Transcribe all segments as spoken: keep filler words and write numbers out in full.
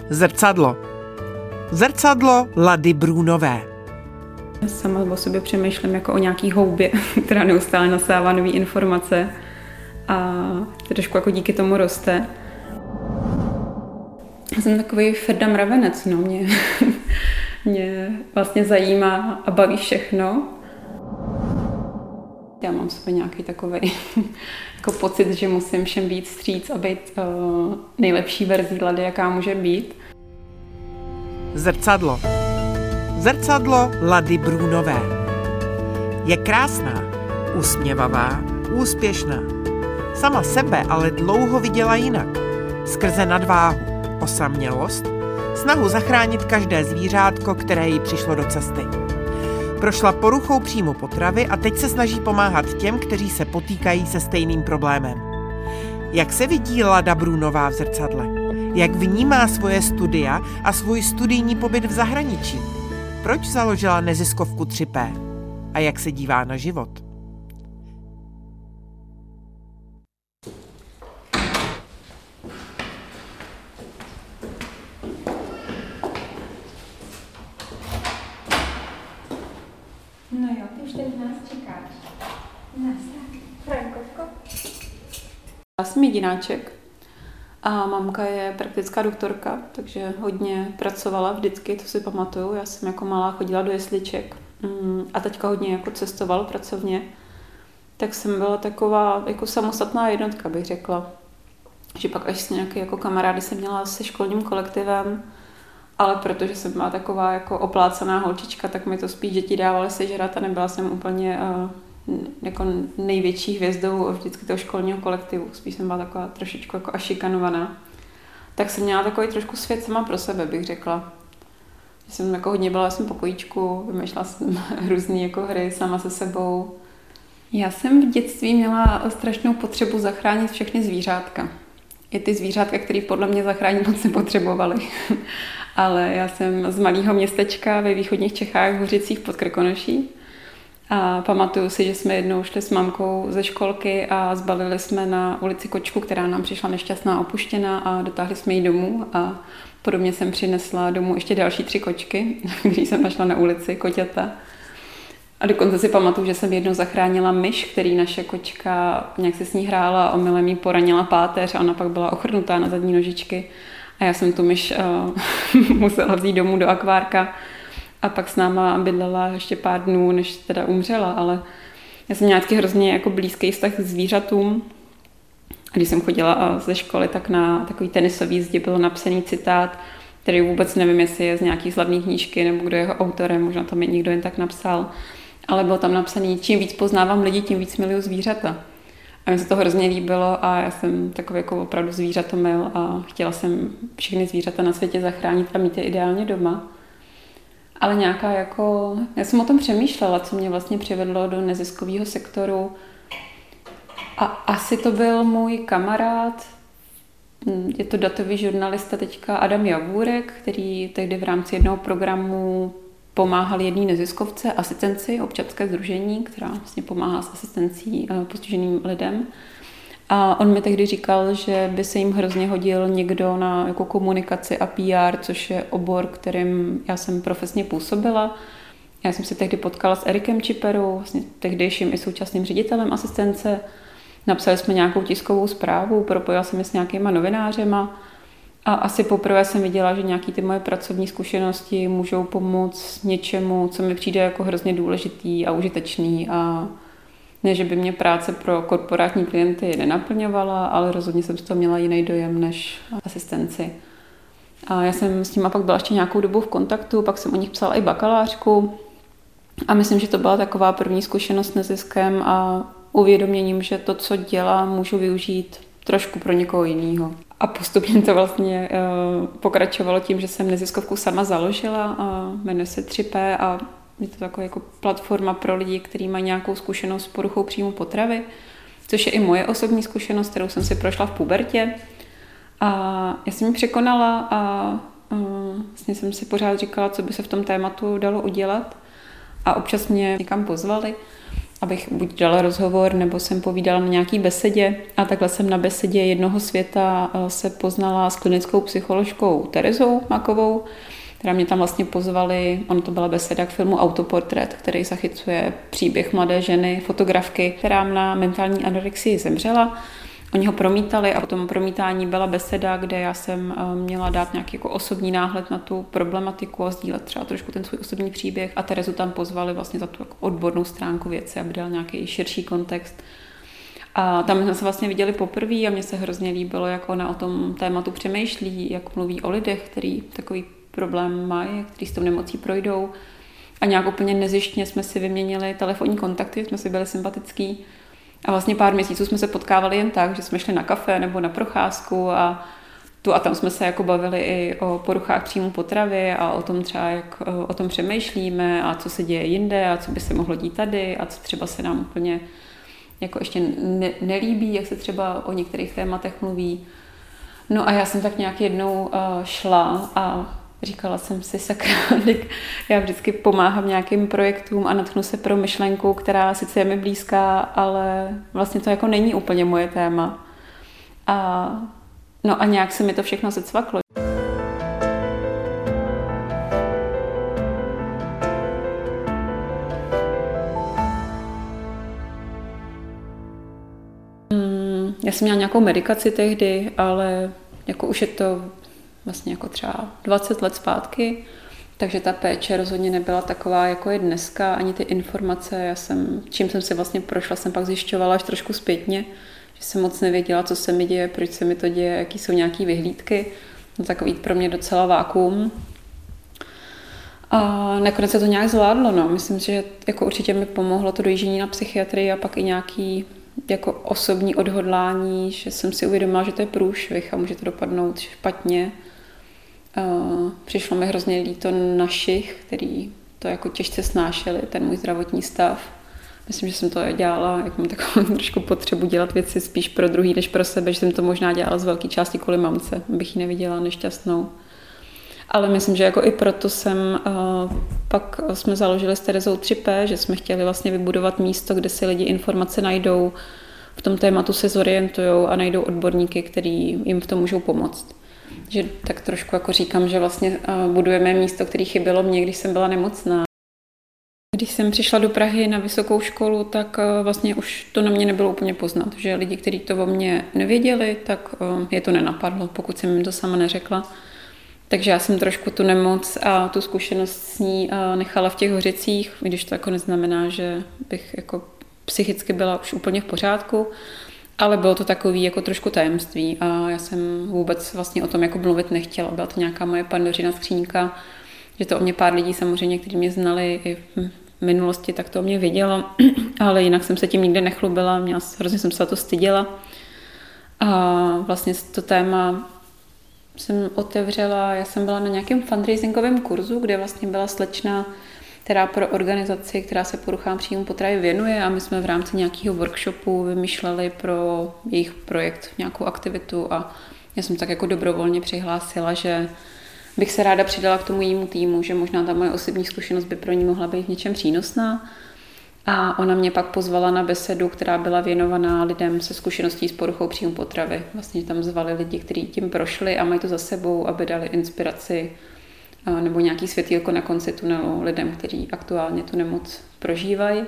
Zrcadlo. Zrcadlo Lady Brunové. Sama o sobě přemýšlím jako o nějaký houbě, která neustále nasává nové informace a trošku jako díky tomu roste. Já jsem takový Ferda mravenec, no, mě, mě vlastně zajímá a baví všechno. Já mám sobě nějaký takový jako pocit, že musím všem být vstříc a být uh, nejlepší verzí Lady, jaká může být. Zrcadlo. Zrcadlo Lady Brunové. Je krásná, usměvavá, úspěšná. Sama sebe ale dlouho viděla jinak. Skrze nadváhu, osamělost, snahu zachránit každé zvířátko, které jí přišlo do cesty. Prošla poruchou příjmu potravy a teď se snaží pomáhat těm, kteří se potýkají se stejným problémem. Jak se vidí Lada Brunová v zrcadle? Jak vnímá svoje studia a svůj studijní pobyt v zahraničí? Proč založila neziskovku tři pé? A jak se dívá na život? No jo, ty už tady nás čekáš. Nás tak, Frankovko. Já jsem jedináček a mamka je praktická doktorka, takže hodně pracovala vždycky, to si pamatuju. Já jsem jako malá chodila do jesliček a teďka hodně jako cestovala pracovně. Tak jsem byla taková jako samostatná jednotka, bych řekla. Že pak až s nějaký jako kamarády jsem měla se školním kolektivem, ale protože jsem byla taková jako oplácaná holčička, tak mi to spíš děti dávaly sežrat a nebyla jsem úplně uh, jako největší hvězdou vždycky toho školního kolektivu. Spíš jsem byla taková trošičku jako až šikanovaná. Tak jsem měla takový trošku svět sama pro sebe, bych řekla. Že jsem jako hodně byla jsem pokojíčku, vymýšlela jsem různé jako hry sama se sebou. Já jsem v dětství měla strašnou potřebu zachránit všechny zvířátka. I ty zvířátka, které podle mě zachránit moc nepotřebovaly. Ale já jsem z malého městečka ve východních Čechách v Hořicích pod Krkonoší. A pamatuju si, že jsme jednou šli s mamkou ze školky a zbalili jsme na ulici kočku, která nám přišla nešťastná, opuštěná, a dotáhli jsme ji domů. A podobně jsem přinesla domů ještě další tři kočky, když jsem našla na ulici koťata. A dokonce si pamatuju, že jsem jednou zachránila myš, který naše kočka nějak se s ní hrála a omylem jí poranila páteř a ona pak byla ochrnutá na zadní nožičky. A já jsem tu myš uh, musela vzít domů do akvárka a pak s náma bydlela ještě pár dnů, než teda umřela, ale já jsem měla vždycky hrozně jako blízký vztah k zvířatům. A když jsem chodila ze školy, tak na takový tenisový jízdě byl napsaný citát, který vůbec nevím, jestli je z nějaký slavné knížky nebo kdo je jeho autorem, možná tam je někdo jen tak napsal, ale bylo tam napsaný, čím víc poznávám lidi, tím víc miluju zvířata. A mi se to hrozně líbilo a já jsem takový jako opravdu zvířatomil a chtěla jsem všechny zvířata na světě zachránit a mít je ideálně doma. Ale nějaká jako, já jsem o tom přemýšlela, co mě vlastně přivedlo do neziskového sektoru. A asi to byl můj kamarád, je to datový žurnalista teďka Adam Javůrek, který tehdy v rámci jednoho programu pomáhal jedné neziskovce, asistenci, občanské sdružení, která vlastně pomáhá s asistencí postiženým lidem. A on mi tehdy říkal, že by se jim hrozně hodil někdo na jako komunikaci a P R, což je obor, kterým já jsem profesně působila. Já jsem se tehdy potkala s Erikem Čiperou, vlastně tehdejším i současným ředitelem asistence. Napsali jsme nějakou tiskovou zprávu, propojila jsem je s nějakýma novinářema. A asi poprvé jsem viděla, že nějaké ty moje pracovní zkušenosti můžou pomoct něčemu, co mi přijde jako hrozně důležitý a užitečný. A ne, že by mě práce pro korporátní klienty nenaplňovala, ale rozhodně jsem z toho měla jiný dojem než asistenci. A já jsem s nima pak byla ještě nějakou dobu v kontaktu, pak jsem o nich psala i bakalářku. A myslím, že to byla taková první zkušenost s neziskem a uvědoměním, že to, co dělám, můžu využít trošku pro někoho jiného. A postupně to vlastně uh, pokračovalo tím, že jsem neziskovku sama založila a jmenuje se tři pé a je to taková jako platforma pro lidi, kteří mají nějakou zkušenost s poruchou příjmu potravy, což je i moje osobní zkušenost, kterou jsem si prošla v pubertě. A já jsem ji překonala a uh, vlastně jsem si pořád říkala, co by se v tom tématu dalo udělat. A občas mě někam pozvali. abych buď dala rozhovor, nebo jsem povídala na nějaký besedě. A takhle jsem na besedě Jednoho světa se poznala s klinickou psycholožkou Terezou Makovou, která mě tam vlastně pozvali, ono to byla beseda k filmu Autoportrét, který zachycuje příběh mladé ženy, fotografky, která na mentální anorexii zemřela. Oni ho promítali a po tom promítání byla beseda, kde já jsem měla dát nějaký jako osobní náhled na tu problematiku a sdílet třeba trošku ten svůj osobní příběh. A Terezu tam pozvali vlastně za tu jako odbornou stránku věci, aby dal nějaký širší kontext. A tam jsme se vlastně viděli poprvé a mně se hrozně líbilo, jak ona o tom tématu přemýšlí, jak mluví o lidech, který takový problém mají, který s tou nemocí projdou. A nějak úplně nezištně jsme si vyměnili telefonní kontakty, jsme si byli sympatický. A vlastně pár měsíců jsme se potkávali jen tak, že jsme šli na kafe nebo na procházku a tu a tam jsme se jako bavili i o poruchách příjmu potravy a o tom třeba, jak o tom přemýšlíme a co se děje jinde a co by se mohlo dít tady a co třeba se nám úplně jako ještě ne, nelíbí, jak se třeba o některých tématech mluví. No a já jsem tak nějak jednou uh, šla a říkala jsem si, sakra, já vždycky pomáhám nějakým projektům a natknu se pro myšlenku, která sice je mi blízká, ale vlastně to jako není úplně moje téma. A, no a nějak se mi to všechno secvaklo. Hmm, já jsem měla nějakou medikaci tehdy, ale jako už je to vlastně jako třeba dvacet let zpátky, takže ta péče rozhodně nebyla taková, jako je dneska, ani ty informace, já jsem, čím jsem si vlastně prošla, jsem pak zjišťovala až trošku zpětně, že jsem moc nevěděla, co se mi děje, proč se mi to děje, jaký jsou nějaký vyhlídky, no takový pro mě docela vákuum. A nakonec se to nějak zvládlo, no. Myslím, že jako určitě mi pomohlo to dojíždění na psychiatrii a pak i nějaký jako osobní odhodlání, že jsem si uvědomila, že to je průšvih a může to dopadnout špatně. Uh, přišlo mi hrozně líto našich, který to jako těžce snášeli, ten můj zdravotní stav. Myslím, že jsem to dělala, jak mám takovou trošku potřebu dělat věci spíš pro druhý než pro sebe, že jsem to možná dělala z velké části kvůli mamce, abych ji neviděla nešťastnou. Ale myslím, že jako i proto jsem, uh, pak jsme založili s Terezou tři pé, že jsme chtěli vlastně vybudovat místo, kde si lidi informace najdou, v tom tématu se zorientujou a najdou odborníky, který jim v tom můžou pomoct. Že tak trošku jako říkám, že vlastně budujeme místo, které chybělo mě, když jsem byla nemocná. Když jsem přišla do Prahy na vysokou školu, tak vlastně už to na mě nebylo úplně poznat, že lidi, kteří to o mě nevěděli, tak je to nenapadlo, pokud jsem jim to sama neřekla. Takže já jsem trošku tu nemoc a tu zkušenost s ní nechala v těch Hořicích, když to jako neznamená, že bych jako psychicky byla už úplně v pořádku. Ale bylo to takový jako trošku tajemství a já jsem vůbec vlastně o tom jako mluvit nechtěla. Byla to nějaká moje pandořina skříňka, že to o mě pár lidí samozřejmě, kteří mě znali i v minulosti, tak to o mě vědělo, ale jinak jsem se tím nikde nechlubila, měla, hrozně jsem se za to styděla. A vlastně to téma jsem otevřela, já jsem byla na nějakém fundraisingovém kurzu, kde vlastně byla slečna, která pro organizaci, která se poruchám příjmu potravy věnuje a my jsme v rámci nějakého workshopu vymýšleli pro jejich projekt nějakou aktivitu a já jsem tak jako dobrovolně přihlásila, že bych se ráda přidala k tomu jejímu týmu, že možná ta moje osobní zkušenost by pro ní mohla být v něčem přínosná. A ona mě pak pozvala na besedu, která byla věnovaná lidem se zkušeností s poruchou příjmu potravy. Vlastně tam zvali lidi, kteří tím prošli a mají to za sebou, aby dali inspiraci nebo nějaký světýlko na konci tunelu lidem, kteří aktuálně tu nemoc prožívají.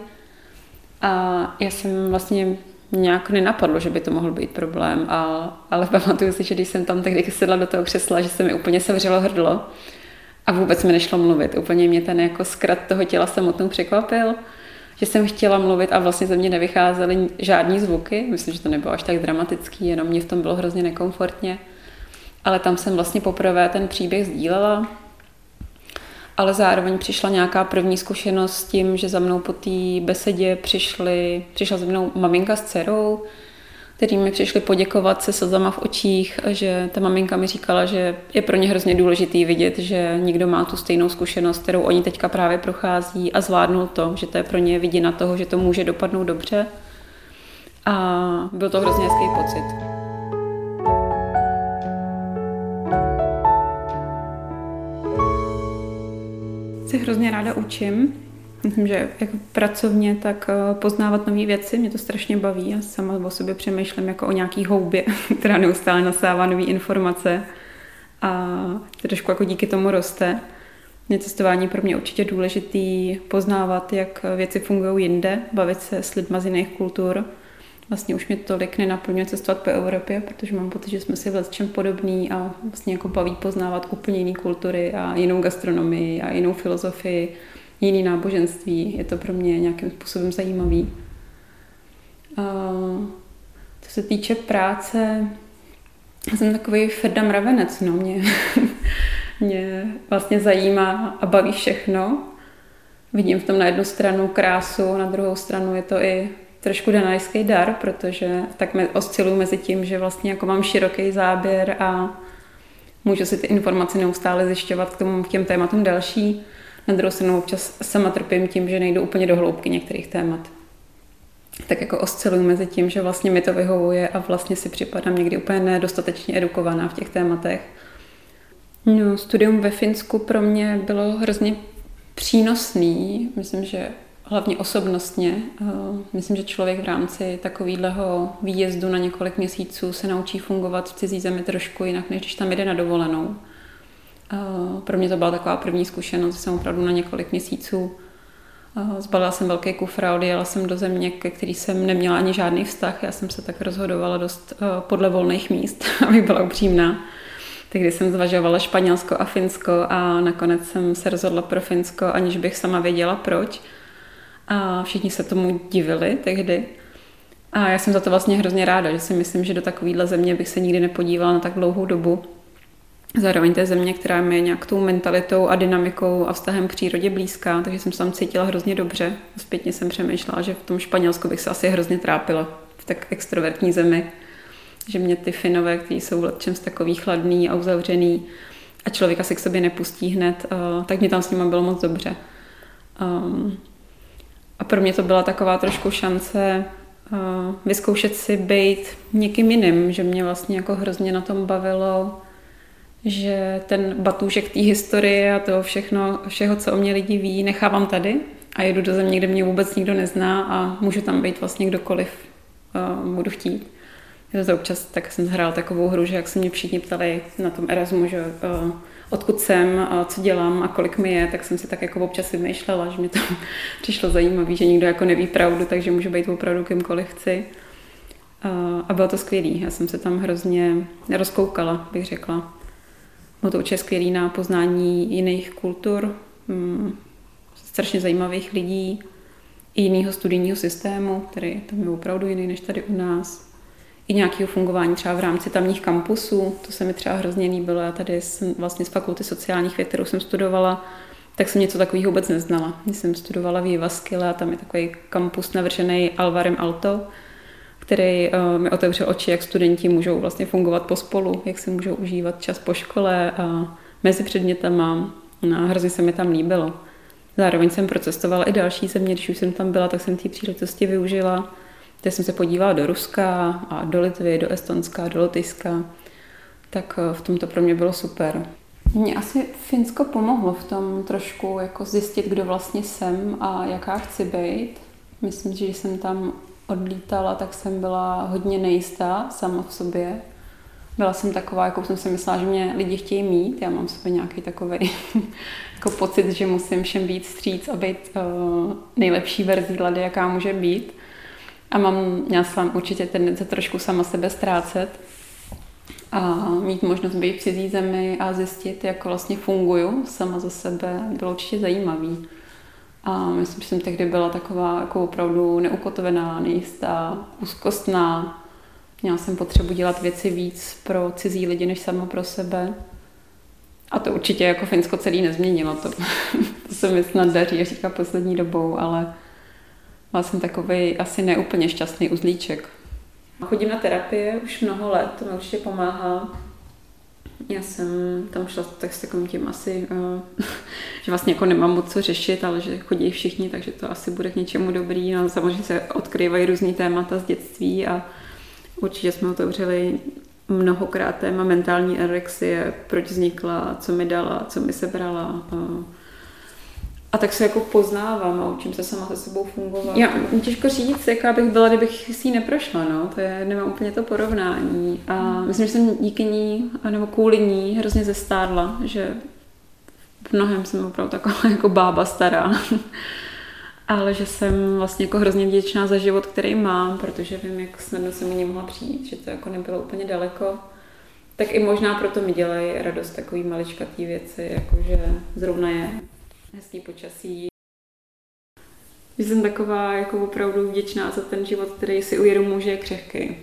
A já jsem vlastně nějak nenapadlo, že by to mohl být problém, a, ale pamatuju si, že když jsem tam tehdy sedla do toho křesla, že se mi úplně sevřelo hrdlo a vůbec mi nešlo mluvit. Úplně mě ten jako zkrat toho těla samotnou překvapil, že jsem chtěla mluvit a vlastně ze mě nevycházely žádný zvuky. Myslím, že to nebylo až tak dramatický, jenom mě v tom bylo hrozně nekomfortně. Ale tam jsem vlastně poprvé ten příběh sdílela. Ale zároveň přišla nějaká první zkušenost s tím, že za mnou po té besedě přišly, přišla za mnou maminka s dcerou, který mi přišli poděkovat se slzama v očích, že ta maminka mi říkala, že je pro ně hrozně důležitý vidět, že někdo má tu stejnou zkušenost, kterou oni teďka právě prochází a zvládnul to, že to je pro ně vidina toho, že to může dopadnout dobře. A byl to hrozně hezký pocit. Se hrozně ráda učím Myslím, že jak pracovně, tak poznávat nové věci, mě to strašně baví. Já sama o sobě přemýšlím jako o nějaký houbě, která neustále nasává nové informace a trošku jako díky tomu roste. Je cestování pro mě určitě důležitý poznávat, jak věci fungují jinde, bavit se s lidma z jiných kultur. Vlastně už mě tolik nenaplňuje cestovat po Evropě, protože mám pocit, že jsme si v čem podobný a vlastně jako baví poznávat úplně jiné kultury a jinou gastronomii a jinou filozofii, jiný náboženství. Je to pro mě nějakým způsobem zajímavý. A co se týče práce, jsem takový Ferda mravenec, no, mě, mě vlastně zajímá a baví všechno. Vidím v tom na jednu stranu krásu, na druhou stranu je to i trošku danajský dar, protože tak me, osciluji mezi tím, že vlastně jako mám široký záběr a můžu si ty informace neustále zjišťovat k tomu k těm tématům další. Na druhou stranu občas sama trpím tím, že nejdu úplně do hloubky některých témat. Tak jako osciluji mezi tím, že vlastně mi to vyhovuje a vlastně si připadám někdy úplně nedostatečně edukovaná v těch tématech. No, studium ve Finsku pro mě bylo hrozně přínosný. Myslím, že hlavně osobnostně. Myslím, že člověk v rámci takového výjezdu na několik měsíců se naučí fungovat v cizí zemi trošku jinak, než když tam jde na dovolenou. Pro mě to byla taková první zkušenost, že jsem opravdu na několik měsíců zbalila jsem velký kufr a odjela jsem do země, ke který jsem neměla ani žádný vztah. Já jsem se tak rozhodovala dost podle volných míst, abych byla upřímná. Tehdy jsem zvažovala Španělsko a Finsko a nakonec jsem se rozhodla pro Finsko, aniž bych sama věděla proč. A všichni se tomu divili tehdy. A já jsem za to vlastně hrozně ráda, že si myslím, že do takovéhle země bych se nikdy nepodívala na tak dlouhou dobu. Zároveň té země, která mi je nějak tou mentalitou a dynamikou a vztahem k přírodě blízká, takže jsem se tam cítila hrozně dobře. Zpětně jsem přemýšlela, že v tom Španělsku bych se asi hrozně trápila v tak extrovertní zemi. Že mě ty Finové, kteří jsou v letčems takový chladný a uzavřený a člověk asi k sobě nepustí hned, tak mě tam s nima bylo moc dobře. A pro mě to byla taková trošku šance vyzkoušet si být někým jiným, že mě vlastně jako hrozně na tom bavilo, že ten batůžek té historie a toho všechno, všeho, co o mě lidi ví, nechávám tady a jedu do země, kde mě vůbec nikdo nezná a můžu tam být vlastně kdokoliv uh, budu chtít. Je to občas, tak jsem hrála takovou hru, že jak se mě všichni ptali na tom Erasmu, že uh, odkud jsem, a co dělám a kolik mi je, tak jsem si tak jako občas vymýšlela, že mi to přišlo zajímavé, že nikdo jako neví pravdu, takže můžu být opravdu kýmkoliv chci. Uh, a bylo to skvělý. Já jsem se tam hrozně rozkoukala, bych řekla. Bylo to určitě skvělý na poznání jiných kultur, um, strašně zajímavých lidí, i jiného studijního systému, který tam je opravdu jiný než tady u nás. I nějakého fungování třeba v rámci tamních kampusů, to se mi třeba hrozně líbilo. Já tady jsem vlastně z fakulty sociálních věd, kterou jsem studovala, tak jsem něco takového vůbec neznala. Když jsem studovala v Jyväskylä a tam je takový kampus navržený Alvarem Aalto, který uh, mi otevřel oči, jak studenti můžou vlastně fungovat pospolu, jak se můžou užívat čas po škole a mezi předmětama. No, hrozně se mi tam líbilo. Zároveň jsem procestovala i další země, když už jsem tam byla, tak jsem té příležitosti využila. Kde jsem se podívala do Ruska a do Litvy, do Estonska, do Lotyšska. Tak v tom to pro mě bylo super. Mně asi Finsko pomohlo v tom trošku jako zjistit, kdo vlastně jsem a jaká chci být. Myslím, že když jsem tam odlítala, tak jsem byla hodně nejistá sama v sobě. Byla jsem taková, jakou jsem si myslela, že mě lidi chtějí mít. Já mám v sobě nějaký takový jako pocit, že musím všem být vstříc a být uh, nejlepší verzí Lady, jaká může být. A mám, měla jsem určitě tendence trošku sama sebe ztrácet a mít možnost být v cizí zemi a zjistit, jak vlastně funguju sama za sebe, bylo určitě zajímavý. A myslím, že jsem tehdy byla taková jako opravdu neukotvená, nejistá, úzkostná. Měla jsem potřebu dělat věci víc pro cizí lidi, než sama pro sebe. A to určitě jako Finsko celý nezměnilo. To, to se mi snad daří, říká poslední dobou, ale byla jsem takovej asi neúplně šťastný uzlíček. Chodím na terapie už mnoho let, to mi určitě pomáhá. Já jsem tam šla tak s takovým tím asi, že vlastně jako nemám moc co řešit, ale že chodí všichni, takže to asi bude k něčemu dobrý. No, samozřejmě se odkryvají různý témata z dětství a určitě jsme otevřeli mnohokrát téma mentální anorexie, proč vznikla, co mi dala, co mi sebrala. A tak se jako poznávám a učím se sama se sebou fungovat. Já těžko říct, jaká bych byla, kdybych si ji neprošla, no. To je, nemám úplně to porovnání. A myslím, že jsem díky ní, nebo kvůli ní hrozně zestárla, že v mnohem jsem opravdu taková jako bába stará. Ale že jsem vlastně jako hrozně vděčná za život, který mám, protože vím, jak snadno jsem mi mohla přijít, že to jako nebylo úplně daleko. Tak i možná proto mi dělají radost takový maličkatý věci, jakože zrovna je hezký počasí. Že jsem taková jako opravdu vděčná za ten život, který si uvědomuji, že je křehký.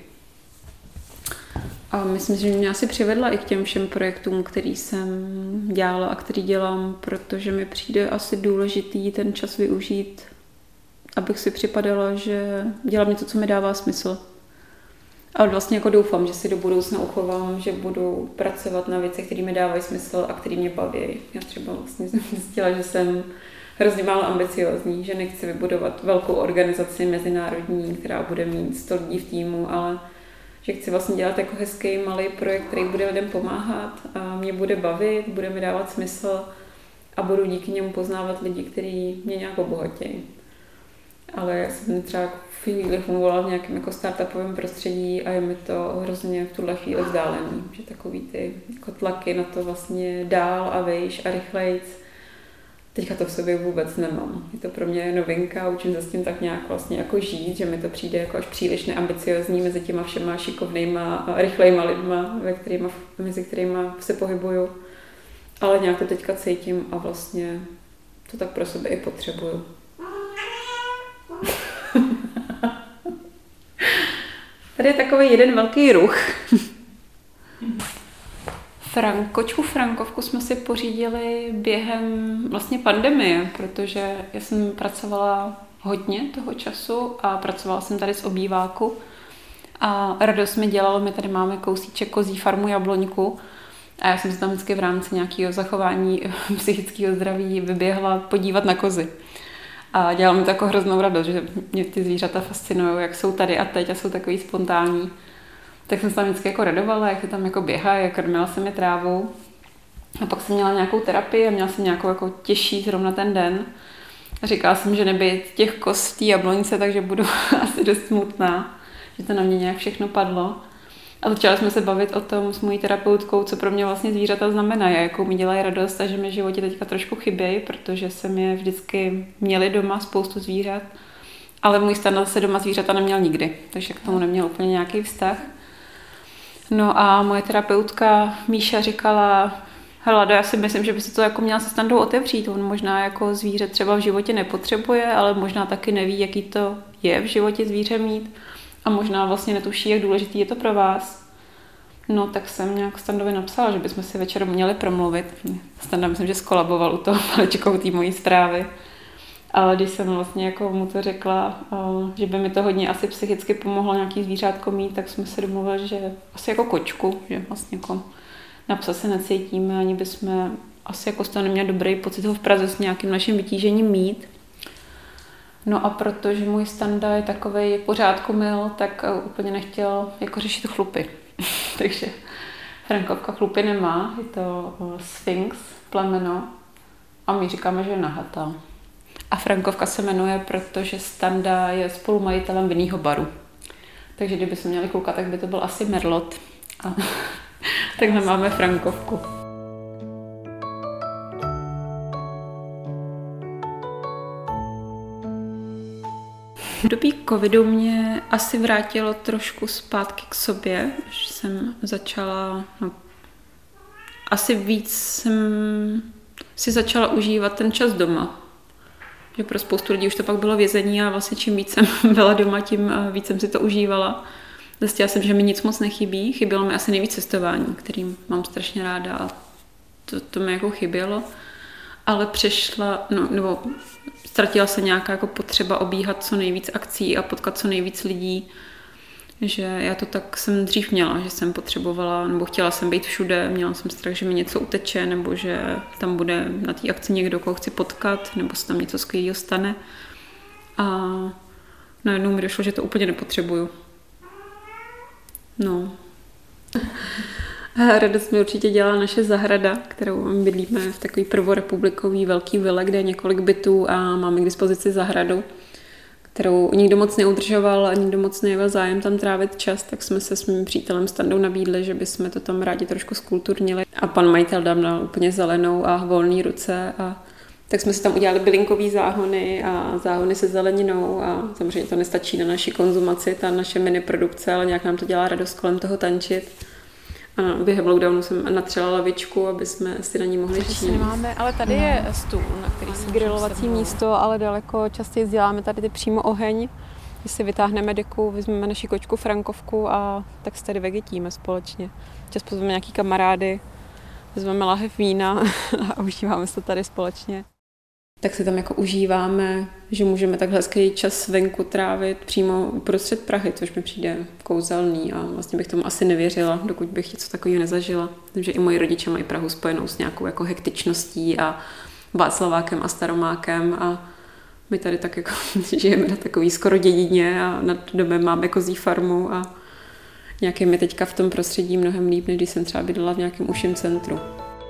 A myslím, že mě asi přivedla i k těm všem projektům, který jsem dělala a který dělám, protože mi přijde asi důležitý ten čas využít, abych si připadala, že dělám něco, co mi dává smysl. Ale vlastně jako doufám, že si do budoucna uchovám, že budu pracovat na věcech, které mi dávají smysl a které mě baví. Já třeba vlastně jsem zjistila, že jsem hrozně málo ambiciozní, že nechci vybudovat velkou organizaci mezinárodní, která bude mít sto lidí v týmu, ale že chci vlastně dělat jako hezký malý projekt, který bude lidem pomáhat a mě bude bavit, bude mi dávat smysl a budu díky němu poznávat lidi, kteří mě nějak obohatějí. Ale já jsem třeba v chvíli fungovala v nějakém jako startupovém prostředí a je mi to hrozně v tuhle chvíli vzdálený, že takový ty jako tlaky na to vlastně dál a vejš a rychlejc. Teďka to v sobě vůbec nemám. Je to pro mě novinka, učím se s tím tak nějak vlastně jako žít, že mi to přijde jako až příliš neambiciozní mezi těma všema šikovnýma a rychlejma lidma, ve kterýma, mezi kterýma se pohybuju. Ale nějak to teďka cítím a vlastně to tak pro sebe i potřebuju. Tady je takový jeden velký ruch. Frank, kočku Frankovku jsme si pořídili během vlastně pandemie, protože já jsem pracovala hodně toho času a pracovala jsem tady z obýváku a radost mi dělalo, my tady máme kousíček kozí farmu Jabloňku a já jsem se tam vždycky v rámci nějakého zachování psychického zdraví vyběhla podívat na kozy. A dělalo mi to jako hroznou radost, že mě ty zvířata fascinují, jak jsou tady a teď a jsou takový spontánní. Tak jsem se tam vždycky jako radovala, jak se tam jako běhají, krmila jsem je trávou. A pak jsem měla nějakou terapii a měla jsem nějakou jako těžší zrovna ten den. A říkala jsem, že nebyt těch koz v té jabloňce, takže budu asi dost smutná, že to na mě nějak všechno padlo. A začala jsme se bavit o tom s mojí terapeutkou, co pro mě vlastně zvířata znamenají, jakou mi dělají radost a že mi v životě teďka trošku chybějí, protože jsem je vždycky měli doma spoustu zvířat, ale můj standard se doma zvířata neměl nikdy, takže k tomu neměl úplně nějaký vztah. No a moje terapeutka Míša říkala, hele, já si myslím, že by se to jako měla se Standou otevřít, on možná jako zvíře třeba v životě nepotřebuje, ale možná taky neví, jaký to je v životě zvíře mít. A možná vlastně netuší, jak důležitý je to pro vás. No, tak jsem nějak Standovi napsala, že bychom si večer měli promluvit. Standa myslím, že skolaboval u toho maličkou té mojí zprávy. Ale když jsem vlastně jako mu to řekla, že by mi to hodně asi psychicky pomohlo nějaký zvířátko mít, tak jsme se domluvili, že asi jako kočku, že vlastně jako na psa se necítíme, ani bychom asi jako Standa neměli dobrý pocit ho v Praze s nějakým naším vytížením mít. No a protože můj Standa je takovej pořádku mil, tak úplně nechtěl jako řešit chlupy. Takže Frankovka chlupy nemá, je to Sphinx, plemeno a my říkáme, že je nahatá. A Frankovka se jmenuje, protože Standa je spolumajitelem vinného baru. Takže kdyby se měli koukat, tak by to byl asi Merlot. A takhle máme Frankovku. V době covidu mě asi vrátilo trošku zpátky k sobě, že jsem začala, no, asi víc jsem si začala užívat ten čas doma. Že pro spoustu lidí už to pak bylo vězení a vlastně čím víc jsem byla doma, tím víc jsem si to užívala. Zjistila jsem, že mi nic moc nechybí, chybělo mi asi nejvíc cestování, kterým mám strašně ráda a to, to mi jako chybělo. Ale přešla, no, nebo ztratila se nějaká jako potřeba obíhat co nejvíc akcí a potkat co nejvíc lidí, že já to tak jsem dřív měla, že jsem potřebovala, nebo chtěla jsem být všude, měla jsem strach, že mi něco uteče, nebo že tam bude na té akci někdo, koho chci potkat, nebo se tam něco skvělého stane. A najednou mi došlo, že to úplně nepotřebuju. No. A radost mi určitě dělá naše zahrada, kterou bydlíme v takový prvorepublikový velký vile, kde je několik bytů a máme k dispozici zahradu, kterou nikdo moc neudržoval a nikdo moc nejeval zájem tam trávit čas, tak jsme se s mým přítelem Standou nabídli, že bychom to tam rádi trošku skulturnili. A pan majitel dám na úplně zelenou a volné ruce a tak jsme si tam udělali bylinkový záhony a záhony se zeleninou a samozřejmě to nestačí na naši konzumaci, ta naše mini produkce, ale nějak nám to dělá radost kolem toho tančit. A během lockdownu jsem natřela lavičku, aby jsme si na ní mohli číst. Nemáme, ale tady no. je stůl, na který si grilovací místo, ale daleko častěji děláme tady ty přímo oheň. Když si vytáhneme deku, vezmeme naši kočku Frankovku a tak se tady vegetíme společně. Čas pozveme nějaký kamarády, vezmeme lahev vína a užíváme se tady společně. Tak si tam jako užíváme, že můžeme tak hezký čas venku trávit přímo uprostřed Prahy, což mi přijde kouzelný a vlastně bych tomu asi nevěřila, dokud bych něco takového nezažila. Myslím, že i moji rodiče mají Prahu spojenou s nějakou jako hektičností a Václavákem a Staromákem a my tady tak jako žijeme na takový skoro dědině a nad domem máme kozí farmu a nějaké mi teďka v tom prostředí mnohem líp, než když jsem třeba bydlela v nějakém uším centru.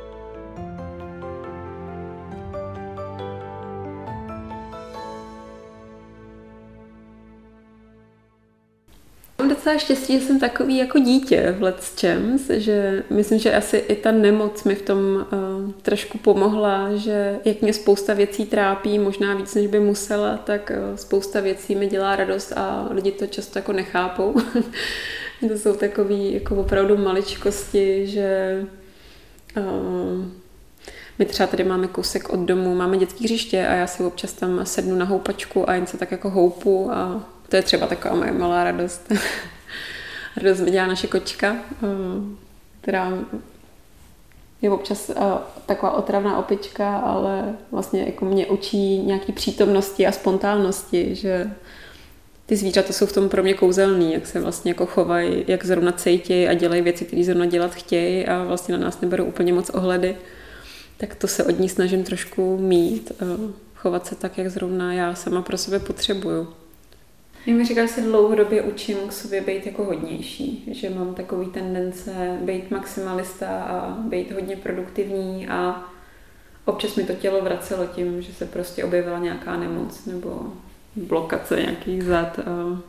Mám docela štěstí, že jsem takový jako dítě v lecčems, že myslím, že asi i ta nemoc mi v tom uh, trošku pomohla, že jak mě spousta věcí trápí, možná víc, než by musela, tak uh, spousta věcí mi dělá radost a lidi to často jako nechápou. To jsou takový jako opravdu maličkosti, že uh, my třeba tady máme kousek od domu, máme dětské hřiště a já si občas tam sednu na houpačku a jen se tak jako houpu a to je třeba taková moje malá radost. Radost mi dělá naše kočka, která je občas taková otravná opička, ale vlastně jako mě učí nějaký přítomnosti a spontánnosti, že ty zvířata jsou v tom pro mě kouzelný, jak se vlastně jako chovají, jak zrovna cejtějí a dělají věci, které zrovna dělat chtějí a vlastně na nás neberou úplně moc ohledy. Tak to se od ní snažím trošku mít, chovat se tak, jak zrovna já sama pro sebe potřebuju. Já mi říkal, že se dlouhodobě učím k sobě být jako hodnější, že mám takový tendence být maximalista a být hodně produktivní a občas mi to tělo vracelo tím, že se prostě objevila nějaká nemoc nebo blokace nějakých zad.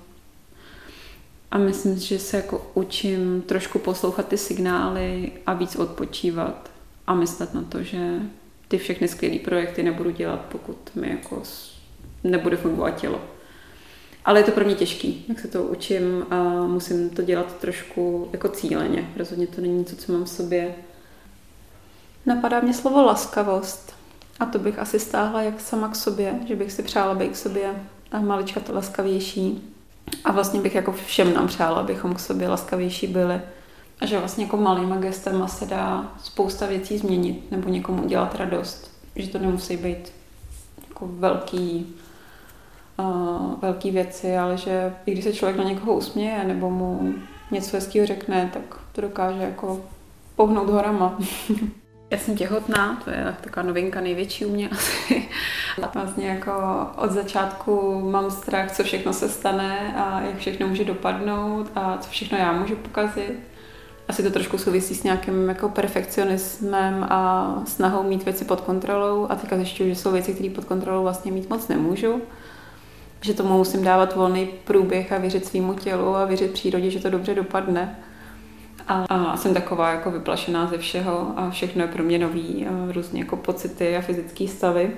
A myslím, že se jako učím trošku poslouchat ty signály a víc odpočívat a myslet na to, že ty všechny skvělý projekty nebudu dělat, pokud mi jako nebude fungovat tělo. Ale je to pro mě těžký, jak se to učím a musím to dělat trošku jako cíleně. Rozhodně to není něco, co mám v sobě. Napadá mě slovo laskavost. A to bych asi stáhla jak sama k sobě, že bych si přála být k sobě a malička to laskavější. A vlastně bych jako všem nám přála, abychom k sobě laskavější byli. A že vlastně jako malýma gestama se dá spousta věcí změnit nebo někomu udělat radost. Že to nemusí být jako velký Uh, velký věci, ale že i když se člověk na někoho usměje nebo mu něco hezkého řekne, tak to dokáže jako pohnout horama. Já jsem těhotná, to je taková novinka největší u mě asi. Vlastně jako od začátku mám strach, co všechno se stane a jak všechno může dopadnout a co všechno já můžu pokazit. Asi to trošku souvisí s nějakým jako perfekcionismem a snahou mít věci pod kontrolou a teďka zjišťuju, že jsou věci, které pod kontrolou vlastně mít moc nemůžu. Že tomu musím dávat volný průběh a věřit svýmu tělu a věřit přírodě, že to dobře dopadne. A, a jsem taková jako vyplašená ze všeho a všechno je pro mě nový, a různě jako pocity a fyzické stavy.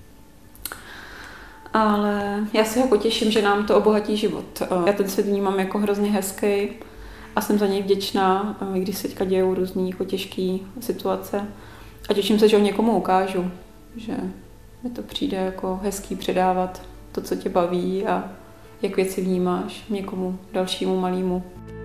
Ale já se jako těším, že nám to obohatí život. Já ten svět vnímám jako hrozně hezký a jsem za něj vděčná, i když se teďka dějou různý jako těžké situace. A těším se, že ho někomu ukážu, že mi to přijde jako hezký předávat to, co tě baví a jak věci vnímáš někomu dalšímu malému.